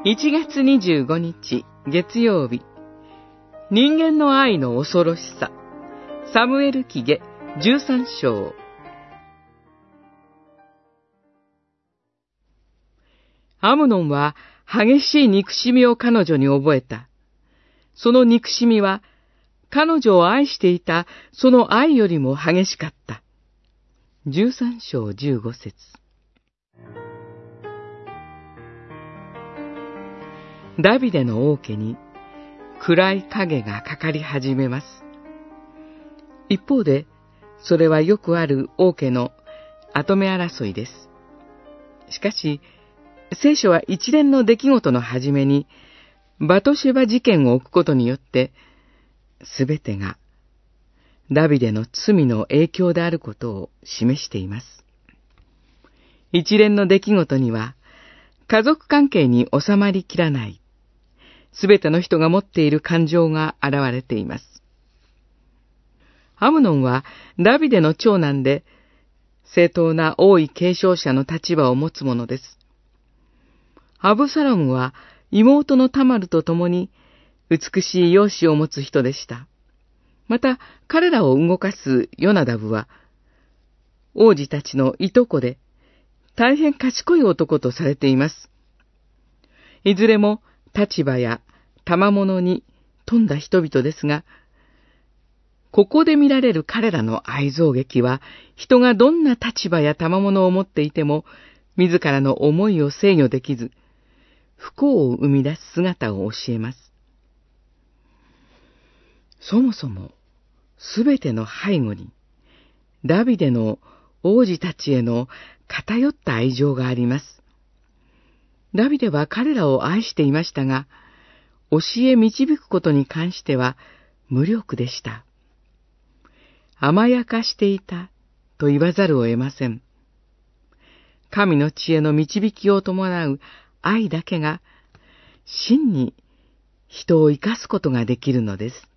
1月25日月曜日、人間の愛の恐ろしさ。サムエル記下13章。アムノンは激しい憎しみを彼女に覚えた。その憎しみは彼女を愛していたその愛よりも激しかった。13章15節。ダビデの王家に暗い影がかかり始めます。一方で、それはよくある王家の跡目争いです。しかし、聖書は一連の出来事の始めに、バトシェバ事件を置くことによって、すべてがダビデの罪の影響であることを示しています。一連の出来事には、家族関係に収まりきらない、すべての人が持っている感情が現れています。アムノンはダビデの長男で、正当な王位継承者の立場を持つ者です。アブサロムは妹のタマルと共に美しい容姿を持つ人でした。また彼らを動かすヨナダブは、王子たちのいとこで大変賢い男とされています。いずれも立場や賜物に富んだ人々ですが、ここで見られる彼らの愛憎劇は、人がどんな立場や賜物を持っていても、自らの思いを制御できず、不幸を生み出す姿を教えます。そもそも、すべての背後に、ダビデの王子たちへの偏った愛情があります。ダビデは彼らを愛していましたが、教え導くことに関しては無力でした。甘やかしていたと言わざるを得ません。神の知恵の導きを伴う愛だけが真に人を生かすことができるのです。